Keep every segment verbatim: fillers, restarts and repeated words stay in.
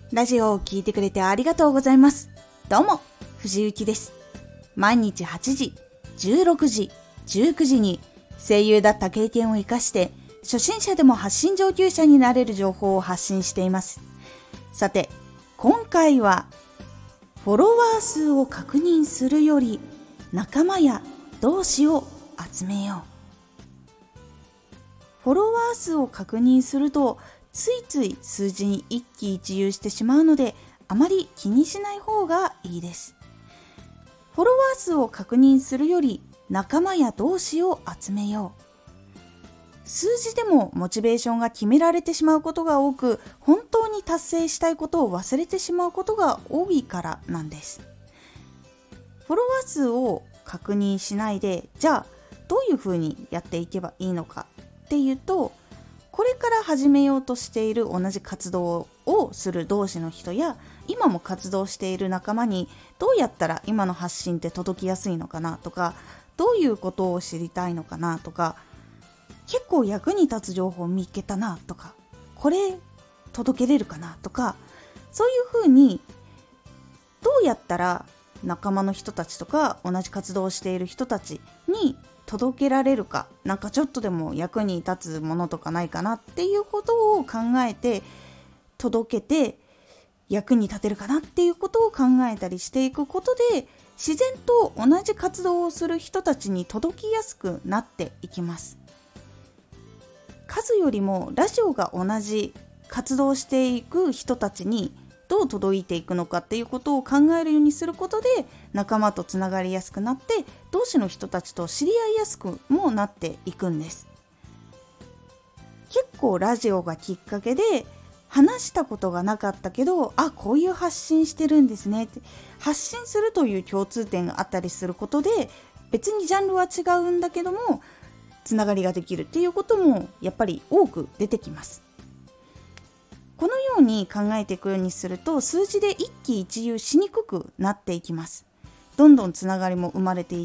ラジオを聞いてくれてありがとうございます。どうも、藤幸です。毎日はちじ、じゅうろくじ、じゅうくじに声優だった経験を生かして初心者でも発信上級者になれる情報を発信しています。さて、今回はフォロワー数を確認するより仲間や同志を集めよう。フォロワー数を確認するとついつい数字に一喜一憂してしまうので、あまり気にしない方がいいです。フォロワー数を確認するより仲間や同志を集めよう。数字でもモチベーションが決められてしまうことが多く、本当に達成したいことを忘れてしまうことが多いからなんです。フォロワー数を確認しないで、じゃあどういうふうにやっていけばいいのかっていうと、これから始めようとしている同じ活動をする同士の人や、今も活動している仲間にどうやったら今の発信って届きやすいのかなとか、どういうことを知りたいのかなとか、結構役に立つ情報を見つけたなとか、これ届けれるかなとか、そういうふうにどうやったら仲間の人たちとか同じ活動をしている人たちに届けられるか、なんかちょっとでも役に立つものとかないかなっていうことを考えて、届けて役に立てるかなっていうことを考えたりしていくことで、自然と同じ活動をする人たちに届きやすくなっていきます。数よりもラジオが同じ活動していく人たちにどう届いていくのかっていうことを考えるようにすることで、仲間とつながりやすくなって、同士の人たちと知り合いやすくもなっていくんです。結構ラジオがきっかけで話したことがなかったけど、あ、こういう発信してるんですねって、発信するという共通点があったりすることで、別にジャンルは違うんだけどもつながりができるっていうこともやっぱり多く出てきます。このように考えていくようにすると、数字で一喜一憂しにくくなっていきます。どんどんつながりも生まれていって、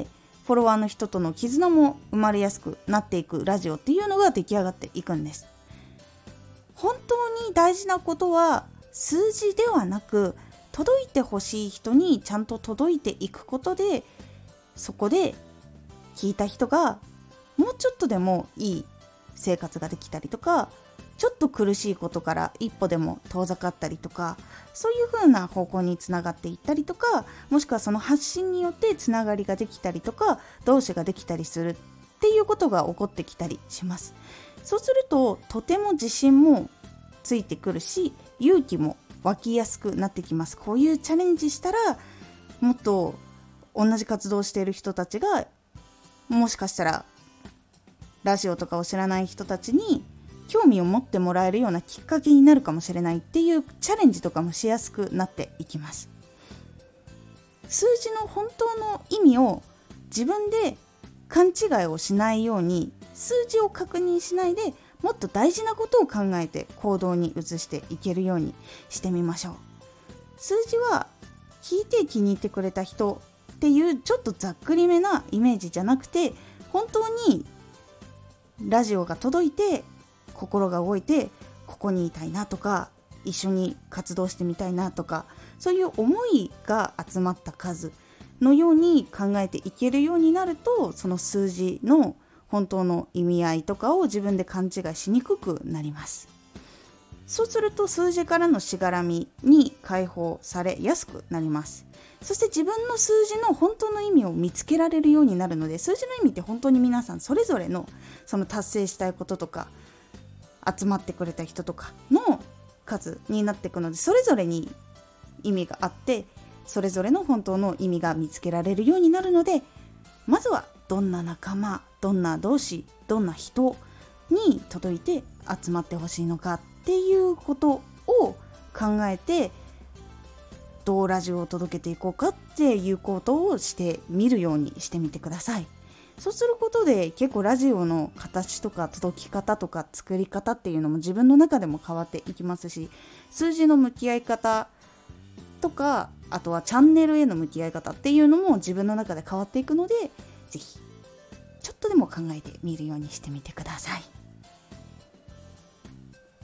フォロワーの人との絆も生まれやすくなっていくラジオっていうのが出来上がっていくんです。本当に大事なことは数字ではなく、届いてほしい人にちゃんと届いていくことで、そこで聞いた人がもうちょっとでもいい生活ができたりとか、ちょっと苦しいことから一歩でも遠ざかったりとか、そういう風な方向につながっていったりとか、もしくはその発信によってつながりができたりとか、同志ができたりするっていうことが起こってきたりします。そうするととても自信もついてくるし、勇気も湧きやすくなってきます。こういうチャレンジしたら、もっと同じ活動をしている人たちが、もしかしたらラジオとかを知らない人たちに興味を持ってもらえるようなきっかけになるかもしれないっていうチャレンジとかもしやすくなっていきます。数字の本当の意味を自分で勘違いをしないように、数字を確認しないで、もっと大事なことを考えて行動に移していけるようにしてみましょう。数字は聞いて気に入ってくれた人っていうちょっとざっくりめなイメージじゃなくて、本当にラジオが届いて心が動いて、ここにいたいなとか、一緒に活動してみたいなとか、そういう思いが集まった数のように考えていけるようになると、その数字の本当の意味合いとかを自分で勘違いしにくくなります。そうすると数字からのしがらみに解放されやすくなります。そして自分の数字の本当の意味を見つけられるようになるので、数字の意味って本当に皆さんそれぞれのその達成したいこととか、集まってくれた人とかの数になっていくので、それぞれに意味があって、それぞれの本当の意味が見つけられるようになるので、まずはどんな仲間、どんな同士、どんな人に届いて集まってほしいのかっていうことを考えて、どうラジオを届けていこうかっていうことをしてみるようにしてみてください。そうすることで結構ラジオの形とか届き方とか作り方っていうのも自分の中でも変わっていきますし、数字の向き合い方とか、あとはチャンネルへの向き合い方っていうのも自分の中で変わっていくので、ぜひちょっとでも考えてみるようにしてみてください。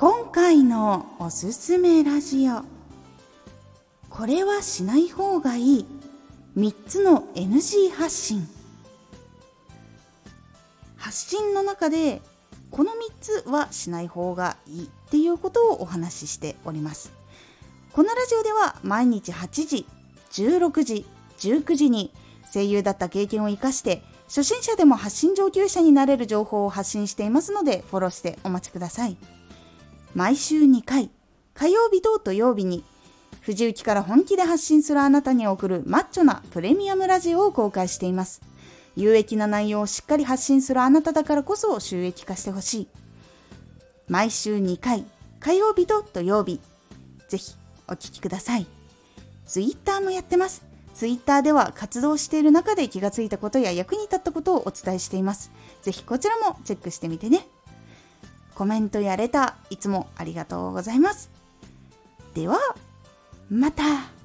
今回のおすすめラジオ、これはしない方がいいみっつの エヌジー 発信。発信の中でこのみっつはしない方がいいっていうことをお話ししております。このラジオでは毎日はちじ、じゅうろくじ、じゅうくじに声優だった経験を生かして初心者でも発信上級者になれる情報を発信していますので、フォローしてお待ちください。毎週にかい、火曜日と土曜日に藤雪から本気で発信するあなたに送るマッチョなプレミアムラジオを公開しています。有益な内容をしっかり発信するあなただからこそ収益化してほしい。毎週にかい、火曜日と土曜日、ぜひお聞きください。ツイッターもやってます。ツイッターでは活動している中で気がついたことや役に立ったことをお伝えしています。ぜひこちらもチェックしてみてね。コメントやレターいつもありがとうございます。ではまた。